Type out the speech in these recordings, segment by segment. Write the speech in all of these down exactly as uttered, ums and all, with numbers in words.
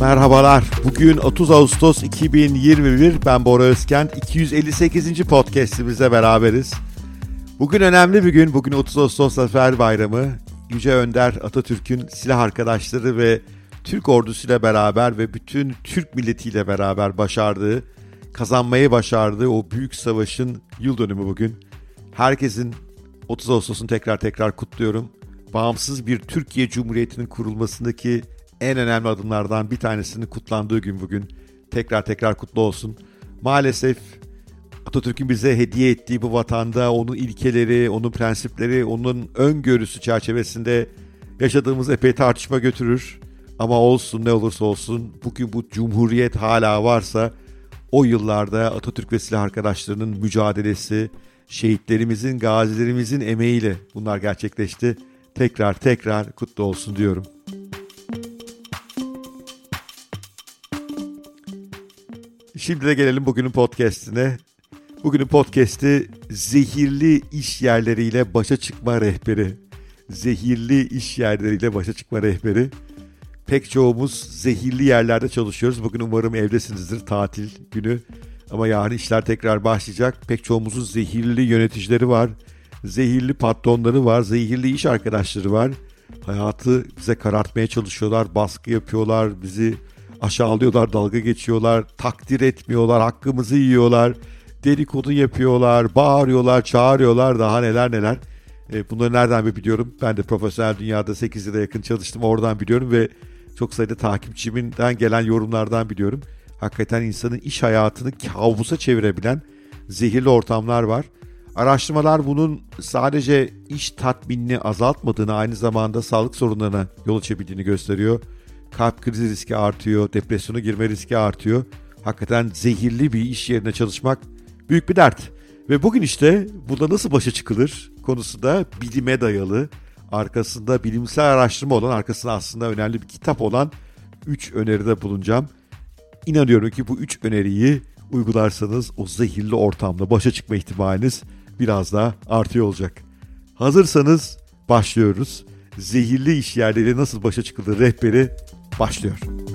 Merhabalar. Bugün otuz Ağustos iki bin yirmi bir. Ben Bora Özken. iki yüz elli sekizinci podcast'imizle beraberiz. Bugün önemli bir gün. Bugün otuz Ağustos Zafer Bayramı. Yüce Önder Atatürk'ün silah arkadaşları ve Türk ordusuyla beraber ve bütün Türk milletiyle beraber başardığı, kazanmayı başardığı o büyük savaşın yıl dönümü bugün. Herkesin otuz Ağustos'unu tekrar tekrar kutluyorum. Bağımsız bir Türkiye Cumhuriyeti'nin kurulmasındaki en önemli adımlardan bir tanesinin kutlandığı gün bugün. Tekrar tekrar kutlu olsun. Maalesef Atatürk'ün bize hediye ettiği bu vatanda onun ilkeleri, onun prensipleri, onun öngörüsü çerçevesinde yaşadığımız epey tartışma götürür. Ama olsun, ne olursa olsun, bugün bu cumhuriyet hala varsa o yıllarda Atatürk ve silah arkadaşlarının mücadelesi, şehitlerimizin, gazilerimizin emeğiyle bunlar gerçekleşti. Tekrar tekrar kutlu olsun diyorum. Şimdi de gelelim bugünün podcast'ine. Bugünün podcast'i zehirli iş yerleriyle başa çıkma rehberi. Zehirli iş yerleriyle başa çıkma rehberi. Pek çoğumuz zehirli yerlerde çalışıyoruz. Bugün umarım evdesinizdir, tatil günü. Ama yarın işler tekrar başlayacak. Pek çoğumuzun zehirli yöneticileri var. Zehirli patronları var. Zehirli iş arkadaşları var. Hayatı bize karartmaya çalışıyorlar. Baskı yapıyorlar. Bizi aşağılıyorlar, dalga geçiyorlar. Takdir etmiyorlar. Hakkımızı yiyorlar. Dedikodu yapıyorlar. Bağırıyorlar, çağırıyorlar. Daha neler neler. E, bunları nereden biliyorum? Ben de profesyonel dünyada sekiz yıla yakın çalıştım. Oradan biliyorum ve çok sayıda takipçimden gelen yorumlardan biliyorum. Hakikaten insanın iş hayatını kabusa çevirebilen zehirli ortamlar var. Araştırmalar bunun sadece iş tatminini azaltmadığını, aynı zamanda sağlık sorunlarına yol açabildiğini gösteriyor. Kalp krizi riski artıyor, depresyona girme riski artıyor. Hakikaten zehirli bir iş yerine çalışmak büyük bir dert. Ve bugün işte burada nasıl başa çıkılır konusunda bilime dayalı, arkasında bilimsel araştırma olan, arkasında aslında önemli bir kitap olan üç öneride bulunacağım. İnanıyorum ki bu üç öneriyi uygularsanız o zehirli ortamda başa çıkma ihtimaliniz biraz daha artıyor olacak. Hazırsanız başlıyoruz. Zehirli iş yerleriyle nasıl başa çıkılır rehberi başlıyor.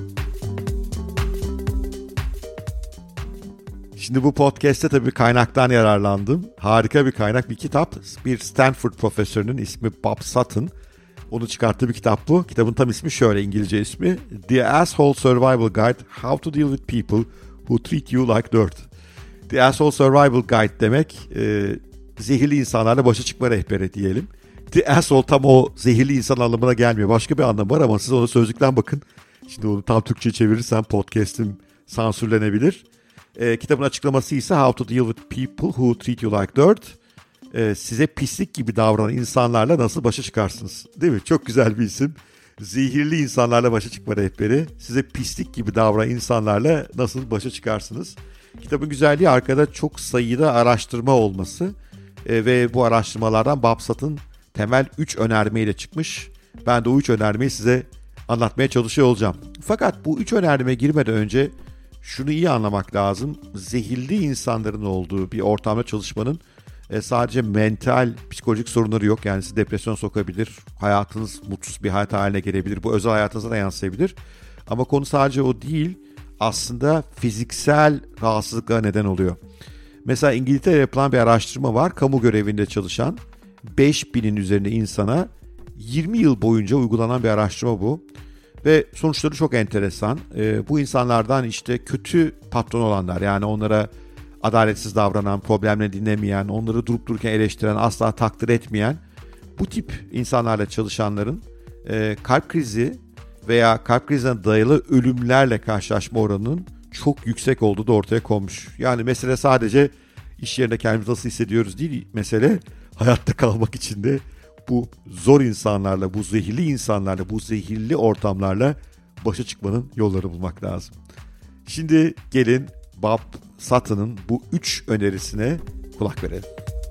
Şimdi bu podcast'te tabii kaynaktan yararlandım. Harika bir kaynak, bir kitap. Bir Stanford profesörünün ismi Bob Sutton. Onu çıkarttığı bir kitap bu. Kitabın tam ismi şöyle, İngilizce ismi. The Asshole Survival Guide, How to Deal with People Who Treat You Like Dirt. The Asshole Survival Guide demek, e, zehirli insanlarla başa çıkma rehberi diyelim. The Asshole tam o zehirli insan anlamına gelmiyor. Başka bir anlamı var ama siz ona sözlükten bakın. Şimdi onu tam Türkçe çevirirsem podcast'im sansürlenebilir. E, kitabın açıklaması ise How to Deal with People Who Treat You Like Dirt. E, size pislik gibi davranan insanlarla nasıl başa çıkarsınız? Değil mi? Çok güzel bir isim. Zehirli insanlarla başa çıkma rehberi. Size pislik gibi davranan insanlarla nasıl başa çıkarsınız? Kitabın güzelliği arkada çok sayıda araştırma olması. E, ve bu araştırmalardan Bob Sutton temel üç önermeyle çıkmış. Ben de o üç önermeyi size anlatmaya çalışıyor olacağım. Fakat bu üç önermeye girmeden önce şunu iyi anlamak lazım. Zehirli insanların olduğu bir ortamda çalışmanın e, sadece mental, psikolojik sorunları yok. Yani sizi depresyon sokabilir, hayatınız mutsuz bir hayat haline gelebilir. Bu özel hayatınıza da yansıyabilir. Ama konu sadece o değil. Aslında fiziksel rahatsızlıklara neden oluyor. Mesela İngiltere'de yapılan bir araştırma var. Kamu görevinde çalışan beş binin üzerinde insana yirmi yıl boyunca uygulanan bir araştırma bu. Ve sonuçları çok enteresan. Ee, bu insanlardan işte kötü patron olanlar, yani onlara adaletsiz davranan, problemlerini dinlemeyen, onları durup dururken eleştiren, asla takdir etmeyen bu tip insanlarla çalışanların e, kalp krizi veya kalp krizine dayalı ölümlerle karşılaşma oranının çok yüksek olduğu da ortaya konmuş. Yani mesele sadece iş yerinde kendimizi nasıl hissediyoruz değil, mesele hayatta kalmak için de bu zor insanlarla, bu zehirli insanlarla, bu zehirli ortamlarla başa çıkmanın yolları bulmak lazım. Şimdi gelin Bob Sutton'ın bu üç önerisine kulak verelim.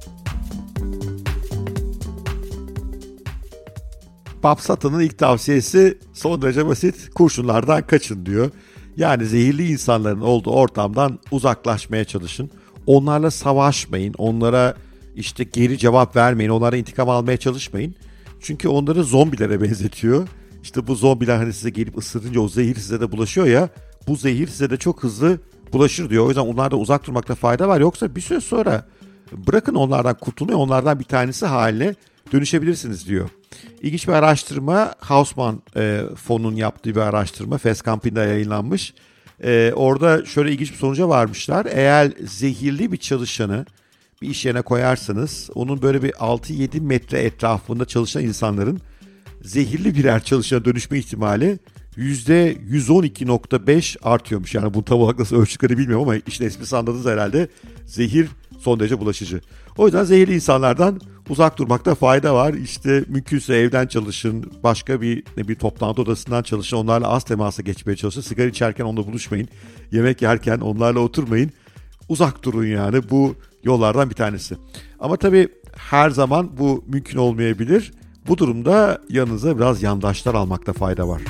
Bob Sutton'ın ilk tavsiyesi son derece basit. Kurşunlardan kaçın diyor. Yani zehirli insanların olduğu ortamdan uzaklaşmaya çalışın. Onlarla savaşmayın. Onlara işte geri cevap vermeyin. Onlara intikam almaya çalışmayın. Çünkü onları zombilere benzetiyor. işte bu zombiler hani size gelip ısırınca o zehir size de bulaşıyor ya, bu zehir size de çok hızlı bulaşır diyor. O yüzden onlardan uzak durmakta fayda var. Yoksa bir süre sonra bırakın onlardan kurtulmayı, onlardan bir tanesi haline dönüşebilirsiniz diyor. İlginç bir araştırma, Hausman e, Fon'un yaptığı bir araştırma, Fezcamping'de yayınlanmış. E, orada şöyle ilginç bir sonuca varmışlar. Eğer zehirli bir çalışanı bir iş yerine koyarsanız, onun böyle bir altı yedi metre etrafında çalışan insanların zehirli birer çalışana dönüşme ihtimali yüzde yüz on iki nokta beş artıyormuş. Yani bunu tam olarak nasıl ölçtüklerini bilmiyorum ama işin esprisi anladınız herhalde. Zehir son derece bulaşıcı. O yüzden zehirli insanlardan uzak durmakta fayda var. İşte mümkünse evden çalışın, başka bir ne bir toplantı odasından çalışın, onlarla az temasa geçmeye çalışın. Sigara içerken onunla buluşmayın, yemek yerken onlarla oturmayın. Uzak durun yani, bu yollardan bir tanesi. Ama tabii her zaman bu mümkün olmayabilir. Bu durumda yanınıza biraz yandaşlar almakta fayda var.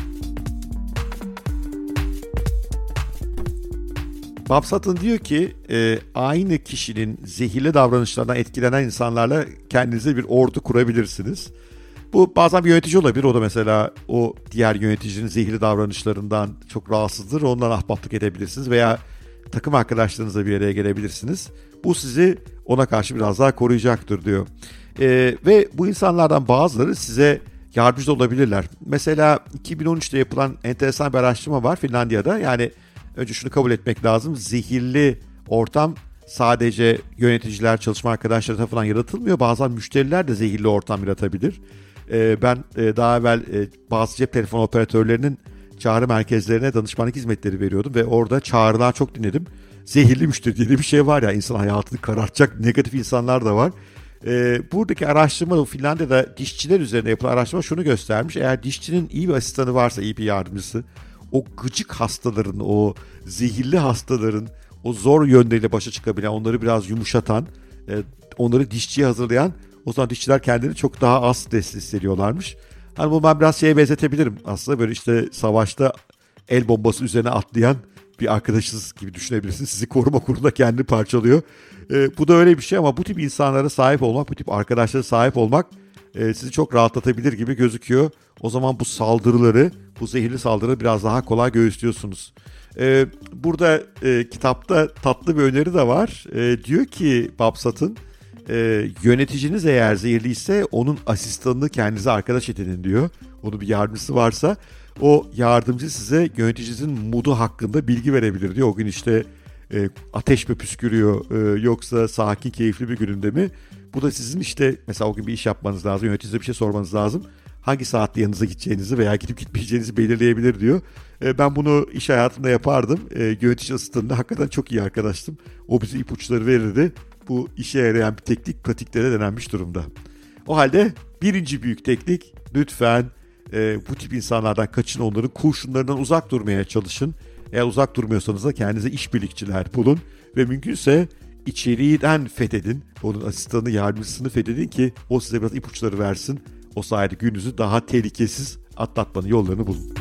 Bob Sutton diyor ki e, aynı kişinin zehirli davranışlardan etkilenen insanlarla kendinize bir ordu kurabilirsiniz. Bu bazen bir yönetici olabilir. O da mesela o diğer yöneticinin zehirli davranışlarından çok rahatsızdır. Ondan ahbaplık edebilirsiniz veya takım arkadaşlarınızla bir araya gelebilirsiniz. Bu sizi ona karşı biraz daha koruyacaktır diyor. E, ve bu insanlardan bazıları size yardımcı olabilirler. Mesela iki bin on üçte yapılan enteresan bir araştırma var Finlandiya'da. Yani önce şunu kabul etmek lazım. Zehirli ortam sadece yöneticiler, çalışma arkadaşları tarafından yaratılmıyor. Bazen müşteriler de zehirli ortam yaratabilir. Ee, ben e, daha evvel e, bazı cep telefon operatörlerinin çağrı merkezlerine danışmanlık hizmetleri veriyordum ve orada çağrılar çok dinledim. Zehirli müşteri diye bir şey var ya, insan hayatını karartacak negatif insanlar da var. Ee, buradaki araştırma, Finlandiya'da dişçiler üzerine yapılan araştırma şunu göstermiş. Eğer dişçinin iyi bir asistanı varsa, iyi bir yardımcısı, o gıcık hastaların, o zehirli hastaların o zor yönleriyle başa çıkabilen, onları biraz yumuşatan, onları dişçiye hazırlayan, o zaman dişçiler kendilerini çok daha az stresli hissediyorlarmış. Hani bunu ben biraz şeye benzetebilirim. Aslında böyle işte savaşta el bombası üzerine atlayan bir arkadaşınız gibi düşünebilirsiniz. Sizi koruma kurulunda kendini parçalıyor. E, bu da öyle bir şey ama bu tip insanlara sahip olmak, bu tip arkadaşlara sahip olmak e, sizi çok rahatlatabilir gibi gözüküyor. O zaman bu saldırıları, bu zehirli saldırıları biraz daha kolay göğüslüyorsunuz. E, burada e, kitapta tatlı bir öneri de var. E, diyor ki Bob Sutton, e, yöneticiniz eğer zehirliyse onun asistanını kendinize arkadaş edinin diyor. Onun bir yardımcısı varsa o yardımcı size yöneticinizin modu hakkında bilgi verebilir diyor. O gün işte e, ateş mi püskürüyor e, yoksa sakin keyifli bir gününde mi? Bu da sizin işte mesela o gün bir iş yapmanız lazım, yöneticinize bir şey sormanız lazım. Hangi saatte yanınıza gideceğinizi veya gidip gitmeyeceğinizi belirleyebilir diyor. E, ben bunu iş hayatımda yapardım. E, yönetici asistanımla hakikaten çok iyi arkadaştım. O bize ipuçları verirdi. Bu işe yarayan bir teknik pratiklere denenmiş durumda. O halde birinci büyük teknik, lütfen e, bu tip insanlardan kaçın, onların kurşunlarından uzak durmaya çalışın. Eğer uzak durmuyorsanız da kendinize işbirlikçiler bulun ve mümkünse içeriden fethedin. Onun asistanı, yardımcısını fethedin ki o size biraz ipuçları versin. O sayede gününüzü daha tehlikesiz atlatmanın yollarını bulun.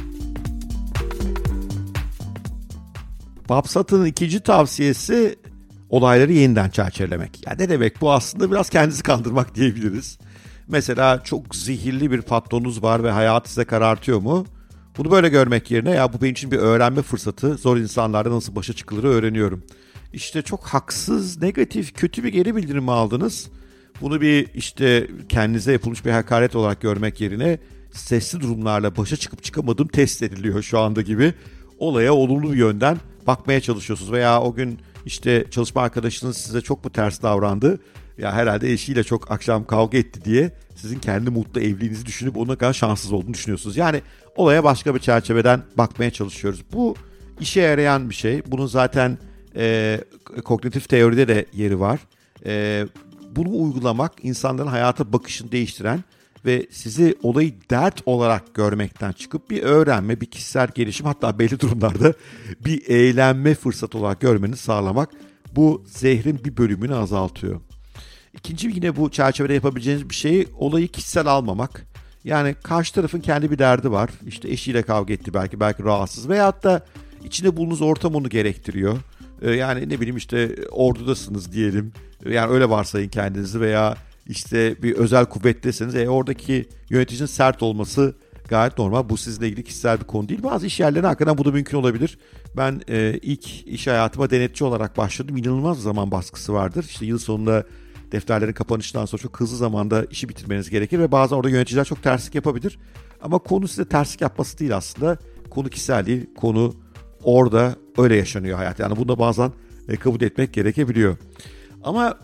Bob Sutton'ın ikinci tavsiyesi olayları yeniden çerçevelemek. Yani ne demek bu? Aslında biraz kendinizi kandırmak diyebiliriz. Mesela çok zehirli bir patronunuz var ve hayatı size karartıyor mu? Bunu böyle görmek yerine ya bu benim için bir öğrenme fırsatı. Zor insanlarla nasıl başa çıkılır öğreniyorum. İşte çok haksız, negatif, kötü bir geri bildirim aldınız. Bunu bir işte kendinize yapılmış bir hakaret olarak görmek yerine stresli durumlarla başa çıkıp çıkamadığım test ediliyor şu anda gibi. Olaya olumlu bir yönden bakmaya çalışıyorsunuz. Veya o gün işte çalışma arkadaşınız size çok mu ters davrandı? Ya herhalde eşiyle çok akşam kavga etti diye sizin kendi mutlu evliliğinizi düşünüp ona kadar şanssız olduğunu düşünüyorsunuz. Yani olaya başka bir çerçeveden bakmaya çalışıyoruz. Bu işe yarayan bir şey. Bunun zaten e, kognitif teoride de yeri var. E, bunu uygulamak insanların hayata bakışını değiştiren ve sizi olayı dert olarak görmekten çıkıp bir öğrenme, bir kişisel gelişim, hatta belli durumlarda bir eğlenme fırsatı olarak görmenizi sağlamak bu zehrin bir bölümünü azaltıyor. İkinci yine bu çerçevede yapabileceğiniz bir şey olayı kişisel almamak. Yani karşı tarafın kendi bir derdi var. İşte eşiyle kavga etti belki, belki rahatsız veyahut da içinde bulunduğunuz ortam onu gerektiriyor. Ee, yani ne bileyim işte ordudasınız diyelim. Yani öyle varsayın kendinizi veya işte bir özel kuvvettesiniz. E, oradaki yöneticinin sert olması Gayet normal. Bu sizinle ilgili kişisel bir konu değil. Bazı iş yerlerine hakikaten bu da mümkün olabilir. Ben e, ilk iş hayatıma denetçi olarak başladım. İnanılmaz zaman baskısı vardır. İşte yıl sonunda defterlerin kapanışından sonra çok hızlı zamanda işi bitirmeniz gerekir ve bazen orada yöneticiler çok terslik yapabilir. Ama konu size terslik yapması değil aslında. Konu kişisel değil. Konu orada öyle yaşanıyor hayat. Yani bunu da bazen e, kabul etmek gerekebiliyor. Ama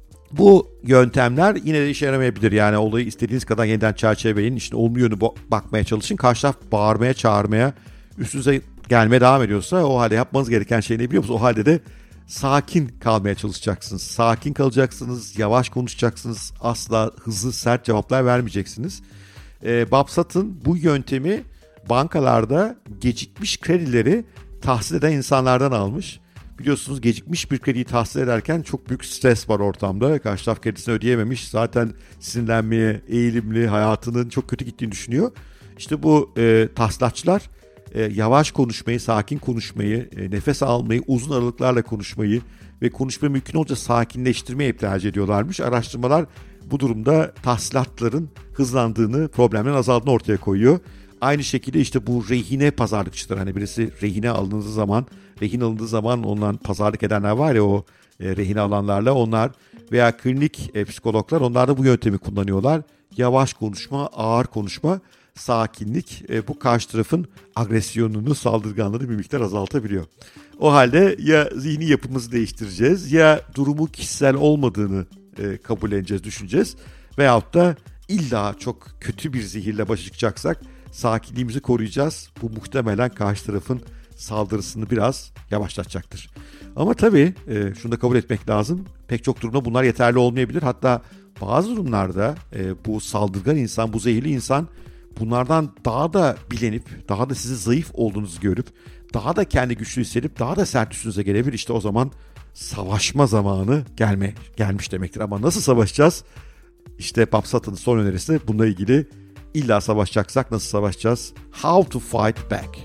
bu yöntemler yine de işe yaramayabilir. Yani olayı istediğiniz kadar yeniden çerçeveleyin. İşte olumlu yönü bakmaya çalışın. Karşı taraf bağırmaya, çağırmaya, üstünüze gelmeye devam ediyorsa o halde yapmanız gereken şey ne biliyor musunuz? O halde de sakin kalmaya çalışacaksınız. Sakin kalacaksınız, yavaş konuşacaksınız. Asla hızlı, sert cevaplar vermeyeceksiniz. Ee, Bob Sutton bu yöntemi bankalarda gecikmiş kredileri tahsil eden insanlardan almış. Biliyorsunuz gecikmiş bir krediyi tahsil ederken çok büyük stres var ortamda. Karşı taraf kredisini ödeyememiş. Zaten sinirlenmeye eğilimli, hayatının çok kötü gittiğini düşünüyor. İşte bu e, tahsilatçılar e, yavaş konuşmayı, sakin konuşmayı, e, nefes almayı, uzun aralıklarla konuşmayı ve konuşmayı mümkün olunca sakinleştirmeyi tercih ediyorlarmış. Araştırmalar bu durumda tahsilatların hızlandığını, problemlerin azaldığını ortaya koyuyor. Aynı şekilde işte bu rehine pazarlıkçılar, hani birisi rehine alındığı zaman, rehin alındığı zaman ondan pazarlık edenler var ya, o e, rehine alanlarla, onlar veya klinik e, psikologlar, onlar da bu yöntemi kullanıyorlar. Yavaş konuşma, ağır konuşma, sakinlik e, bu karşı tarafın agresyonunu, saldırganlığını bir miktar azaltabiliyor. O halde ya zihni yapımızı değiştireceğiz, ya durumu kişisel olmadığını e, kabulleneceğiz, düşüneceğiz, veyahut da illa çok kötü bir zihirle başa çıkacaksak sakinliğimizi koruyacağız. Bu muhtemelen karşı tarafın saldırısını biraz yavaşlatacaktır. Ama tabii e, şunu da kabul etmek lazım. Pek çok durumda bunlar yeterli olmayabilir. Hatta bazı durumlarda e, bu saldırgan insan, bu zehirli insan bunlardan daha da bilenip, daha da sizi zayıf olduğunuzu görüp, daha da kendi güçlü hissedip, daha da sert üstünüze gelebilir. İşte o zaman savaşma zamanı gelme, gelmiş demektir. Ama nasıl savaşacağız? İşte Bob Sutton'ın son önerisi bununla ilgili. İlla savaşacaksak nasıl savaşacağız? How to fight back.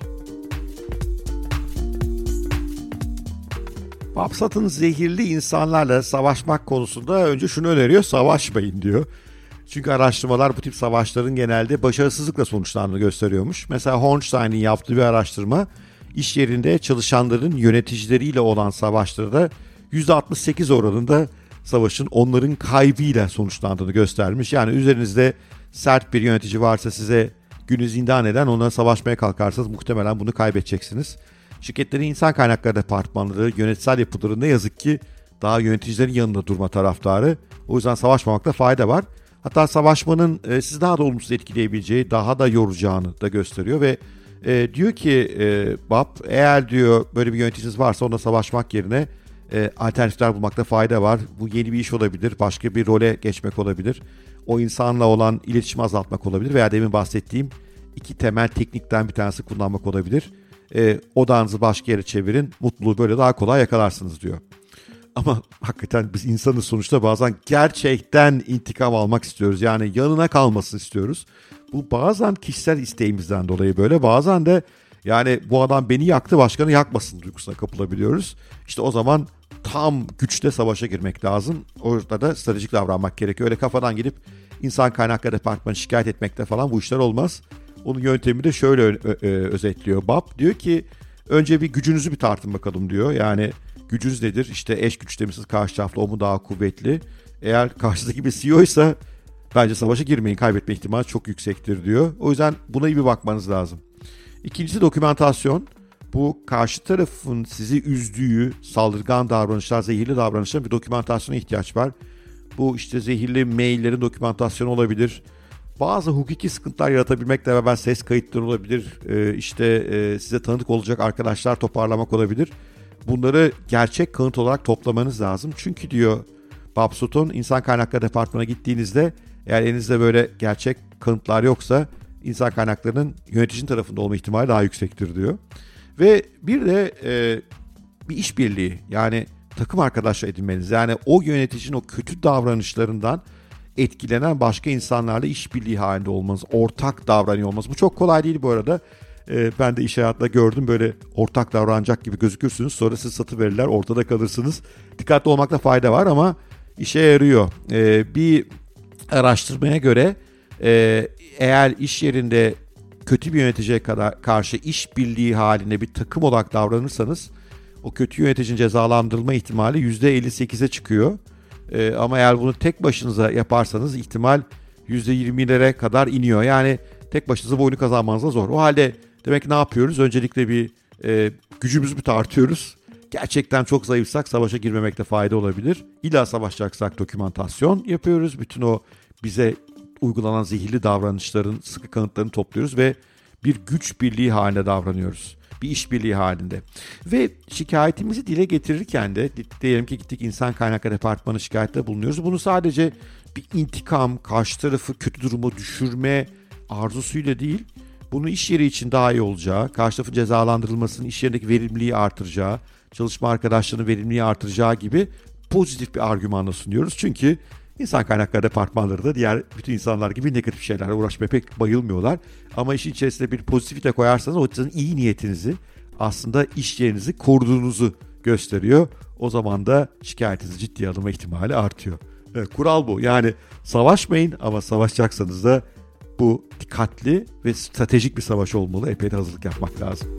Bob Sutton zehirli insanlarla savaşmak konusunda önce şunu öneriyor: savaşmayın diyor. Çünkü araştırmalar bu tip savaşların genelde başarısızlıkla sonuçlandığını gösteriyormuş. Mesela Hornstein'in yaptığı bir araştırma, iş yerinde çalışanların yöneticileriyle olan savaşlarda yüzde altmış sekiz oranında savaşın onların kaybıyla sonuçlandığını göstermiş. Yani üzerinizde sert bir yönetici varsa, size günü zindan eden, onunla savaşmaya kalkarsanız muhtemelen bunu kaybedeceksiniz. Şirketlerin insan kaynakları departmanları, yönetsel yapıları ne yazık ki daha yöneticilerin yanında durma taraftarı. O yüzden savaşmamakta fayda var. Hatta savaşmanın e, sizi daha da olumsuz etkileyebileceği, daha da yoracağını da gösteriyor ve e, diyor ki e, Bob, eğer diyor böyle bir yöneticiniz varsa onunla savaşmak yerine e, alternatifler bulmakta fayda var. Bu yeni bir iş olabilir, başka bir role geçmek olabilir, o insanla olan iletişimi azaltmak olabilir veya demin bahsettiğim iki temel teknikten bir tanesi kullanmak olabilir. E, odağınızı başka yere çevirin, mutluluğu böyle daha kolay yakalarsınız diyor. Ama hakikaten biz insanız sonuçta, bazen gerçekten intikam almak istiyoruz. Yani yanına kalmasını istiyoruz. Bu bazen kişisel isteğimizden dolayı böyle, bazen de yani bu adam beni yaktı, başkanı yakmasın duygusuna kapılabiliyoruz. İşte o zaman tam güçte savaşa girmek lazım. Orada da stratejik davranmak gerekiyor. Öyle kafadan gidip insan kaynakları departmanı şikayet etmekte falan bu işler olmaz. Onun yöntemi de şöyle ö- ö- özetliyor Bob. Diyor ki önce bir gücünüzü bir tartın bakalım diyor. Yani gücünüz nedir? İşte eş güçte misiniz karşı tarafla, o mu daha kuvvetli? Eğer karşıdaki bir C E O ise bence savaşa girmeyin, kaybetme ihtimali çok yüksektir diyor. O yüzden buna iyi bir bakmanız lazım. İkincisi dokümantasyon. Bu karşı tarafın sizi üzdüğü saldırgan davranışlar, zehirli davranışlar, bir dokümantasyona ihtiyaç var. Bu işte zehirli maillerin dokümantasyonu olabilir. Bazı hukuki sıkıntılar yaratabilmekle beraber ses kayıtları olabilir. Ee, işte e, size tanıdık olacak arkadaşlar toparlamak olabilir. Bunları gerçek kanıt olarak toplamanız lazım. Çünkü diyor Bob Sutton, insan kaynakları departmanına gittiğinizde eğer elinizde böyle gerçek kanıtlar yoksa insan kaynaklarının yöneticinin tarafında olma ihtimali daha yüksektir diyor. Ve bir de e, bir işbirliği, yani takım arkadaşlar edinmeniz. Yani o yöneticinin o kötü davranışlarından etkilenen başka insanlarla işbirliği halinde olmanız, ortak davranıyor olmanız. Bu çok kolay değil bu arada. Ee, ben de iş hayatında gördüm, böyle ortak davranacak gibi gözükürsünüz. Sonra siz satıverirler, ortada kalırsınız. Dikkatli olmakta fayda var ama işe yarıyor. Ee, bir araştırmaya göre e, eğer iş yerinde kötü bir yöneticiye kadar karşı işbirliği halinde bir takım olarak davranırsanız o kötü yöneticinin cezalandırılma ihtimali yüzde elli sekize çıkıyor. Ee, ama eğer bunu tek başınıza yaparsanız ihtimal yüzde yirmilere kadar iniyor. Yani tek başınıza bu oyunu kazanmanız da zor. O halde demek ki ne yapıyoruz? Öncelikle bir e, gücümüzü bir tartıyoruz. Gerçekten çok zayıfsak savaşa girmemekte fayda olabilir. İlla savaşacaksak dokümantasyon yapıyoruz. Bütün o bize uygulanan zehirli davranışların sıkı kanıtlarını topluyoruz ve bir güç birliği halinde davranıyoruz. Bir işbirliği halinde. Ve şikayetimizi dile getirirken de diyelim ki gittik insan kaynakları departmanı şikayette bulunuyoruz. Bunu sadece bir intikam, karşı tarafı kötü duruma düşürme arzusuyla değil, bunu iş yeri için daha iyi olacağı, karşı tarafın cezalandırılmasının iş yerindeki verimliliği artıracağı, çalışma arkadaşlarının verimliliği artıracağı gibi pozitif bir argümanla sunuyoruz. Çünkü İnsan kaynakları departmanları da diğer bütün insanlar gibi negatif şeylerle uğraşmaya pek bayılmıyorlar. Ama işin içerisinde bir pozitif de koyarsanız o sizin iyi niyetinizi, aslında iş yerinizi koruduğunuzu gösteriyor. O zaman da şikayetinizi ciddiye alınma ihtimali artıyor. Evet, kural bu. Yani savaşmayın ama savaşacaksanız da bu dikkatli ve stratejik bir savaş olmalı. Epey de hazırlık yapmak lazım.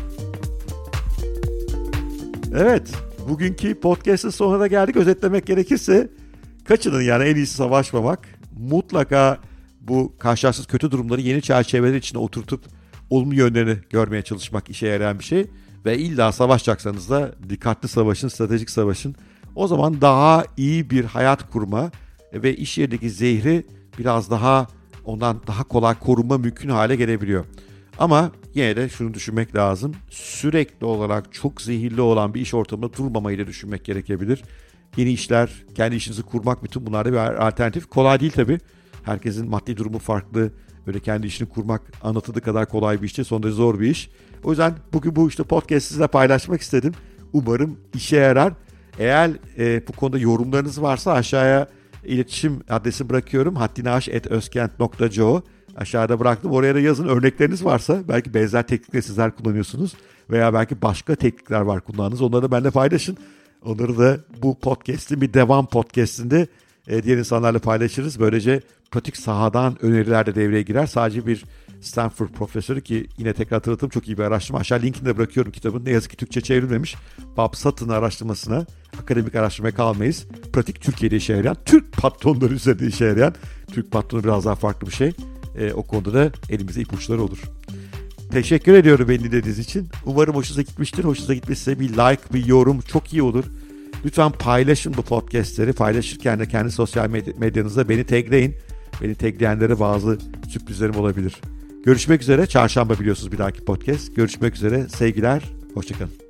Evet, bugünkü podcast'ın sonuna da geldik. Özetlemek gerekirse kaçının yani en iyisi savaşmamak. Mutlaka bu karşılaştığınız kötü durumları yeni çerçeveler içine oturtup olumlu yönlerini görmeye çalışmak işe yarayan bir şey. Ve illa savaşacaksanız da dikkatli savaşın, stratejik savaşın. O zaman daha iyi bir hayat kurma ve iş yerindeki zehri biraz daha ondan daha kolay korunma mümkün hale gelebiliyor. Ama yine de şunu düşünmek lazım. Sürekli olarak çok zehirli olan bir iş ortamında durmamayı da düşünmek gerekebilir. Yeni işler, kendi işinizi kurmak, bütün bunlarda bir alternatif. Kolay değil tabii. Herkesin maddi durumu farklı. Böyle kendi işini kurmak anlatıldığı kadar kolay bir iş değil. Son derece zor bir iş. O yüzden bugün bu işte podcast sizle paylaşmak istedim. Umarım işe yarar. Eğer e, bu konuda yorumlarınız varsa aşağıya iletişim adresini bırakıyorum. haddinaş at özkent nokta co aşağıda bıraktım. Oraya da yazın. Örnekleriniz varsa belki benzer teknikleri sizler kullanıyorsunuz. Veya belki başka teknikler var kullandığınız. Onları da benimle paylaşın. Onları da bu podcast'in bir devam podcast'inde e, diğer insanlarla paylaşırız. Böylece pratik sahadan öneriler de devreye girer. Sadece bir Stanford profesörü ki yine tekrar hatırlatayım çok iyi bir araştırma. Aşağı linkini de bırakıyorum kitabın. Ne yazık ki Türkçe çevrilmemiş. Bob Sutton'ın araştırmasına akademik araştırmaya kalmayız. Pratik Türkiye'de işe yarayan, Türk patronları üzerinde işe yarayan, Türk patronu biraz daha farklı bir şey. E, o konuda da elimizde ipuçları olur. Teşekkür ediyorum beni dinlediğiniz için. Umarım hoşunuza gitmiştir. Hoşunuza gitmişse bir like, bir yorum çok iyi olur. Lütfen paylaşın bu podcastleri. Paylaşırken de kendi sosyal medyanızda beni tagleyin. Beni tagleyenlere bazı sürprizlerim olabilir. Görüşmek üzere. Çarşamba biliyorsunuz bir dahaki podcast. Görüşmek üzere. Sevgiler. Hoşçakalın.